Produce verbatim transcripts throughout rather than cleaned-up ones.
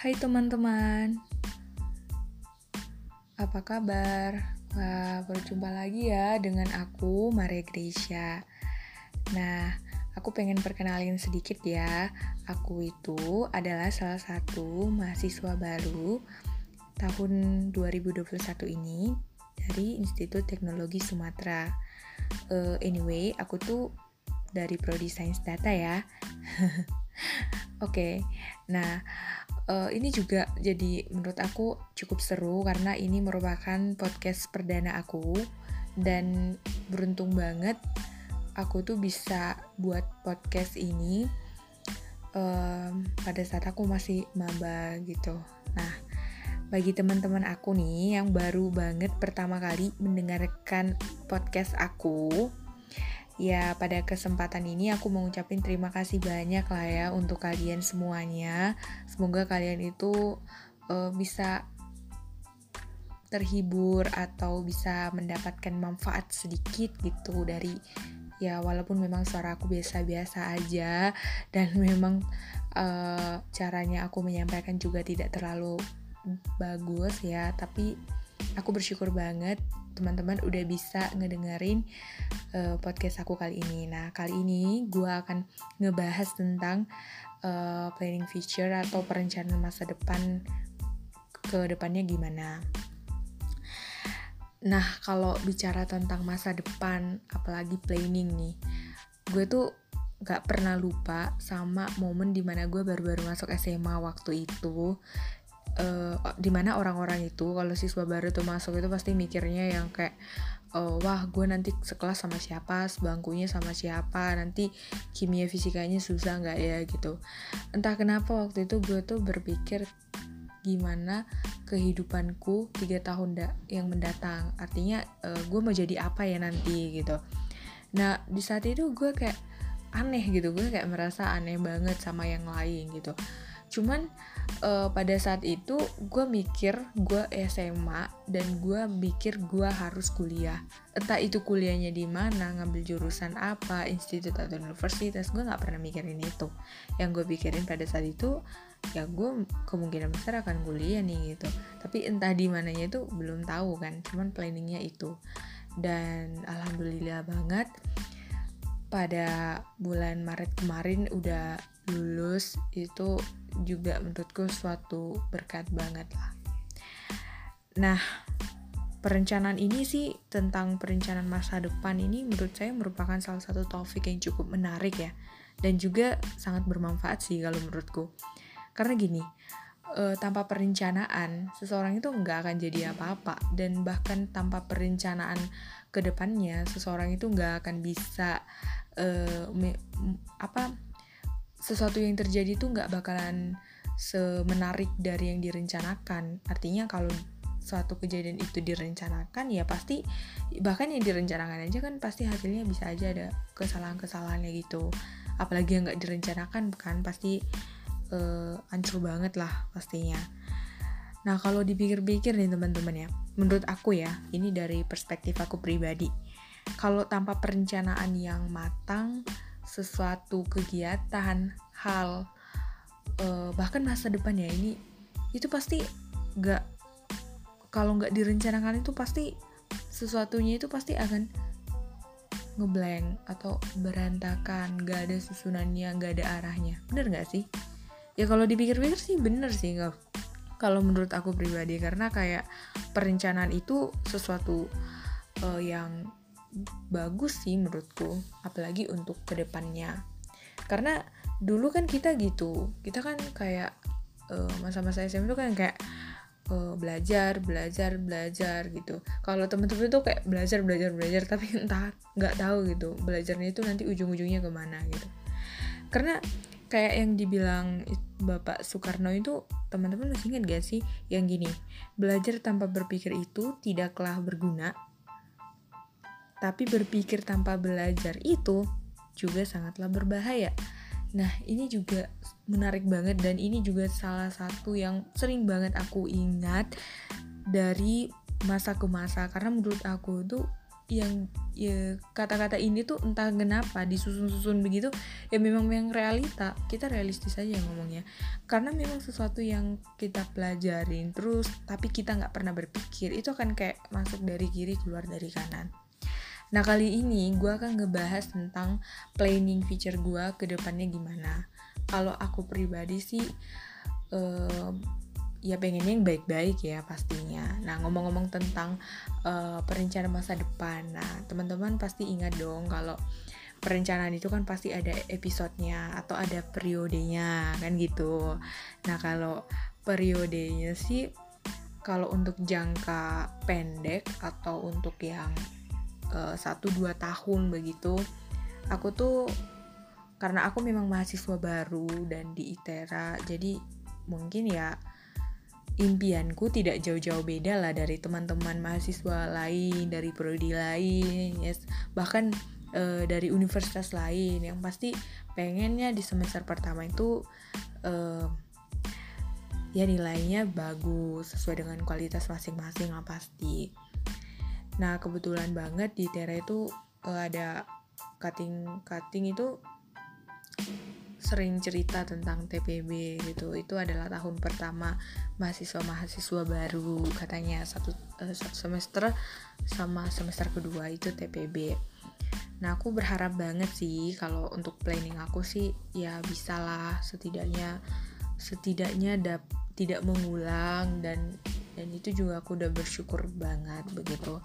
Hai teman-teman, apa kabar? Wah, berjumpa lagi ya dengan aku, Maria Gracia. Nah, aku pengen perkenalin sedikit ya. Aku itu adalah salah satu mahasiswa baru tahun dua ribu dua puluh satu ini dari Institut Teknologi Sumatera. Uh, anyway, aku tuh dari Prodi Sains Data ya. Oke, okay. Nah, uh, ini juga jadi menurut aku cukup seru karena ini merupakan podcast perdana aku dan beruntung banget aku tuh bisa buat podcast ini um, pada saat aku masih maba gitu. Nah, bagi teman-teman aku nih yang baru banget pertama kali mendengarkan podcast aku, ya, pada kesempatan ini aku mau ngucapin terima kasih banyak lah ya untuk kalian semuanya. Semoga kalian itu uh, bisa terhibur atau bisa mendapatkan manfaat sedikit gitu dari, ya walaupun memang suara aku biasa-biasa aja dan memang uh, caranya aku menyampaikan juga tidak terlalu bagus ya, tapi aku bersyukur banget teman-teman udah bisa ngedengerin uh, podcast aku kali ini. Nah, kali ini gue akan ngebahas tentang uh, planning future atau perencanaan masa depan ke depannya gimana. Nah, kalau bicara tentang masa depan, apalagi planning nih, gue tuh gak pernah lupa sama momen dimana gue baru-baru masuk S M A waktu itu. Uh, dimana orang-orang itu kalau siswa baru tuh masuk itu pasti mikirnya yang kayak uh, wah gue nanti sekelas sama siapa, sebangkunya sama siapa, nanti kimia fisikanya susah nggak ya gitu. Entah kenapa waktu itu gue tuh berpikir gimana kehidupanku tiga tahun da- yang mendatang, artinya uh, gue mau jadi apa ya nanti gitu. Nah di saat itu gue kayak aneh gitu, gue kayak merasa aneh banget sama yang lain gitu. Cuman uh, pada saat itu gue mikir gue S M A dan gue mikir gue harus kuliah. Entah itu kuliahnya di mana, ngambil jurusan apa, institut atau universitas, gue nggak pernah mikirin itu. Yang gue pikirin pada saat itu, ya gue kemungkinan besar akan kuliah nih gitu. Tapi entah di mananya itu belum tahu kan. Cuman planningnya itu. Dan alhamdulillah banget pada bulan Maret kemarin udah lulus, itu juga menurutku suatu berkat banget lah. Nah, perencanaan ini sih tentang perencanaan masa depan ini menurut saya merupakan salah satu topik yang cukup menarik ya, dan juga sangat bermanfaat sih kalau menurutku. Karena gini, e, tanpa perencanaan seseorang itu nggak akan jadi apa-apa, dan bahkan tanpa perencanaan ke depannya seseorang itu nggak akan bisa e, me, apa sesuatu yang terjadi tuh nggak bakalan semenarik dari yang direncanakan. Artinya kalau suatu kejadian itu direncanakan, ya pasti bahkan yang direncanakan aja kan pasti hasilnya bisa aja ada kesalahan-kesalahannya gitu. Apalagi yang nggak direncanakan kan pasti uh, hancur banget lah pastinya. Nah kalau dipikir-pikir nih teman-teman ya, menurut aku ya, ini dari perspektif aku pribadi, kalau tanpa perencanaan yang matang, sesuatu kegiatan, hal, uh, bahkan masa depan ya ini, itu pasti gak, kalau gak direncanakan itu pasti sesuatunya itu pasti akan ngeblank atau berantakan, gak ada susunannya, gak ada arahnya. Bener gak sih? Ya kalau dipikir-pikir sih bener sih, gak, kalau menurut aku pribadi, karena kayak perencanaan itu sesuatu uh, yang bagus sih menurutku, apalagi untuk kedepannya. Karena dulu kan kita gitu, kita kan kayak uh, masa-masa S M itu kan kayak uh, belajar, belajar, belajar gitu. Kalau temen-temen tuh kayak belajar, belajar, belajar, tapi entah nggak tahu gitu belajarnya itu nanti ujung-ujungnya kemana gitu. Karena kayak yang dibilang Bapak Soekarno itu, teman-teman masih ingat gak sih yang gini, belajar tanpa berpikir itu tidaklah berguna, tapi berpikir tanpa belajar itu juga sangatlah berbahaya. Nah ini juga menarik banget, dan ini juga salah satu yang sering banget aku ingat dari masa ke masa. Karena menurut aku itu yang ya kata-kata ini tuh entah kenapa disusun-susun begitu, ya memang memang realita, kita realistis aja ngomongnya, karena memang sesuatu yang kita pelajarin terus tapi kita nggak pernah berpikir itu akan kayak masuk dari kiri keluar dari kanan. Nah kali ini gue akan ngebahas tentang planning future gue ke depannya gimana. Kalau aku pribadi sih uh, ya pengennya yang baik-baik ya pastinya. Nah ngomong-ngomong tentang uh, perencanaan masa depan, nah teman-teman pasti ingat dong kalau perencanaan itu kan pasti ada episodenya atau ada periodenya kan gitu. Nah kalau periodenya sih, kalau untuk jangka pendek atau untuk yang satu dua tahun begitu, aku tuh karena aku memang mahasiswa baru dan di ITERA, jadi mungkin ya impianku tidak jauh-jauh beda lah dari teman-teman mahasiswa lain, dari prodi lain, yes, bahkan e, dari universitas lain yang pasti pengennya di semester pertama itu e, ya nilainya bagus sesuai dengan kualitas masing-masing lah pasti. Nah kebetulan banget di ITERA itu e, ada cutting-cutting itu sering cerita tentang T P B gitu. Itu adalah tahun pertama mahasiswa-mahasiswa baru, katanya satu, uh, satu semester sama semester kedua itu T P B. Nah aku berharap banget sih kalau untuk planning aku sih ya bisalah setidaknya setidaknya dap, tidak mengulang, dan dan itu juga aku udah bersyukur banget begitu.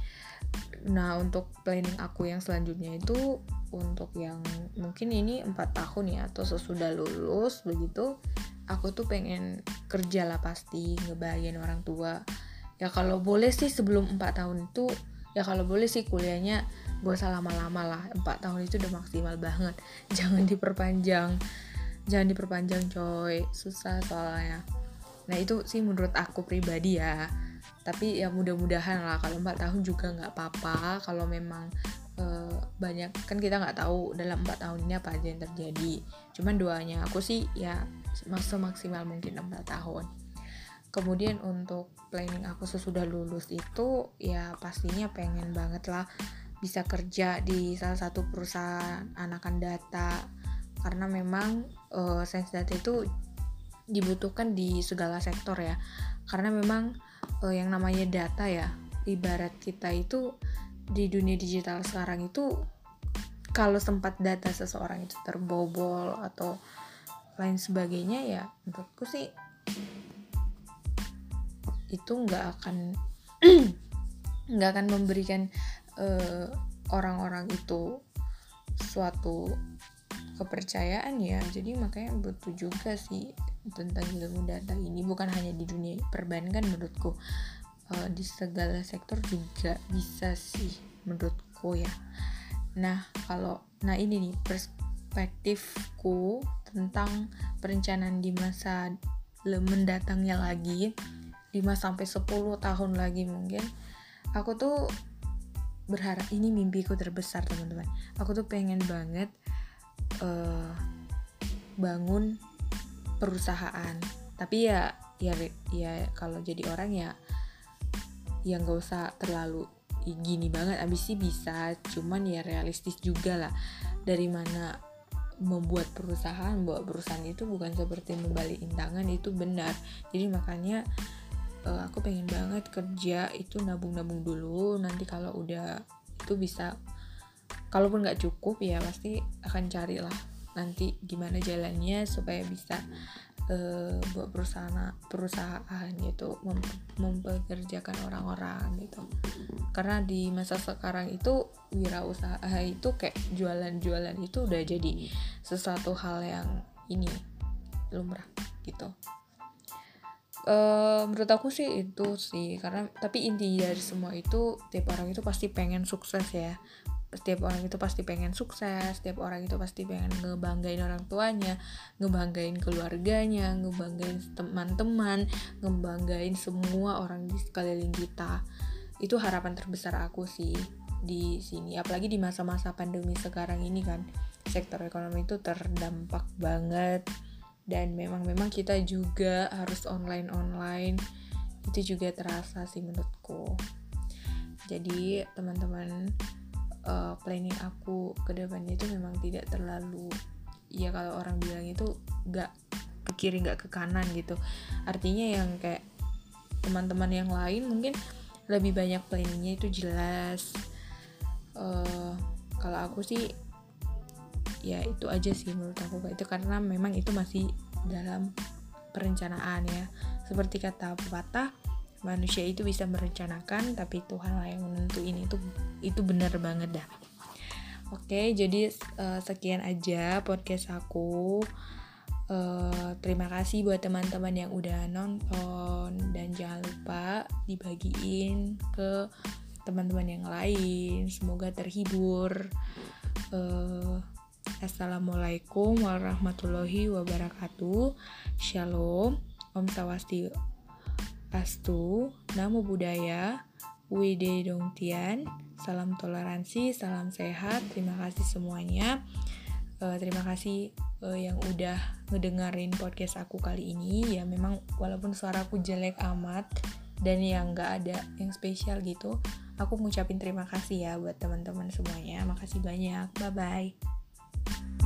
Nah untuk planning aku yang selanjutnya itu untuk yang mungkin ini empat tahun ya, atau sesudah lulus begitu, aku tuh pengen kerja lah pasti, ngebahagiain orang tua. Ya kalau boleh sih sebelum empat tahun itu, ya kalau boleh sih kuliahnya gak usah lama-lama lah, empat tahun itu udah maksimal banget. Jangan diperpanjang, jangan diperpanjang coy, susah soalnya. Nah itu sih menurut aku pribadi ya. Tapi ya mudah-mudahan lah kalau empat tahun juga gak apa-apa, kalau memang Uh, banyak kan kita nggak tahu dalam empat tahun ini apa aja yang terjadi. Cuman doanya aku sih ya semaksimal mungkin empat tahun. Kemudian untuk planning aku sesudah lulus itu ya pastinya pengen banget lah bisa kerja di salah satu perusahaan anakan data, karena memang uh, sains data itu dibutuhkan di segala sektor ya, karena memang uh, yang namanya data ya, ibarat kita itu di dunia digital sekarang itu kalau sempat data seseorang itu terbobol atau lain sebagainya, ya menurutku sih itu nggak akan nggak akan memberikan uh, orang-orang itu suatu kepercayaan ya. Jadi makanya butuh juga sih tentang ilmu data ini, bukan hanya di dunia perbankan menurutku. Uh, di segala sektor juga bisa sih menurutku ya. Nah kalau nah ini nih perspektifku tentang perencanaan di masa mendatangnya lagi, lima sampai sepuluh tahun lagi mungkin. Aku tuh berharap, ini mimpiku terbesar teman-teman, aku tuh pengen banget uh, bangun perusahaan. Tapi ya ya ya kalau jadi orang ya yang gak usah terlalu gini banget, abis sih bisa, cuman ya realistis juga lah. Dari mana membuat perusahaan, membuat perusahaan itu bukan seperti membalikin tangan, itu benar. Jadi makanya uh, aku pengen banget kerja itu nabung-nabung dulu, nanti kalau udah itu bisa, kalaupun gak cukup ya pasti akan cari lah nanti gimana jalannya supaya bisa Uh, buat perusahaan perusahaan gitu, mem- mempekerjakan orang-orang gitu. Karena di masa sekarang itu wirausaha itu kayak jualan-jualan itu udah jadi sesuatu hal yang ini lumrah gitu. Uh, menurut aku sih itu sih, karena tapi inti dari semua itu tiap orang itu pasti pengen sukses ya. Setiap orang itu pasti pengen sukses, setiap orang itu pasti pengen ngebanggain orang tuanya, ngebanggain keluarganya, ngebanggain teman-teman, ngebanggain semua orang di sekeliling kita. Itu harapan terbesar aku sih di sini. Apalagi di masa-masa pandemi sekarang ini kan, sektor ekonomi itu terdampak banget, dan memang memang kita juga harus online-online. Itu juga terasa sih menurutku. Jadi teman-teman, uh, planning aku ke depannya itu memang tidak terlalu, ya kalau orang bilang itu gak ke kiri gak ke kanan gitu. Artinya yang kayak teman-teman yang lain mungkin lebih banyak planningnya itu jelas. uh, Kalau aku sih ya itu aja sih menurut aku, itu karena memang itu masih dalam perencanaan ya. Seperti kata pepatah, manusia itu bisa merencanakan tapi Tuhan lah yang menentuin. Itu itu benar banget dah. Oke, jadi uh, sekian aja podcast aku. Uh, terima kasih buat teman-teman yang udah nonton, dan jangan lupa dibagiin ke teman-teman yang lain. Semoga terhibur. Uh, Assalamualaikum warahmatullahi wabarakatuh. Shalom, Om Swastiastu, Namo Buddhaya, Wide Dong Tian, salam toleransi, salam sehat. Terima kasih semuanya. Uh, terima kasih uh, yang udah ngedengerin podcast aku kali ini. Ya memang walaupun suaraku jelek amat dan yang nggak ada yang spesial gitu, aku ngucapin terima kasih ya buat teman-teman semuanya. Makasih banyak. Bye bye.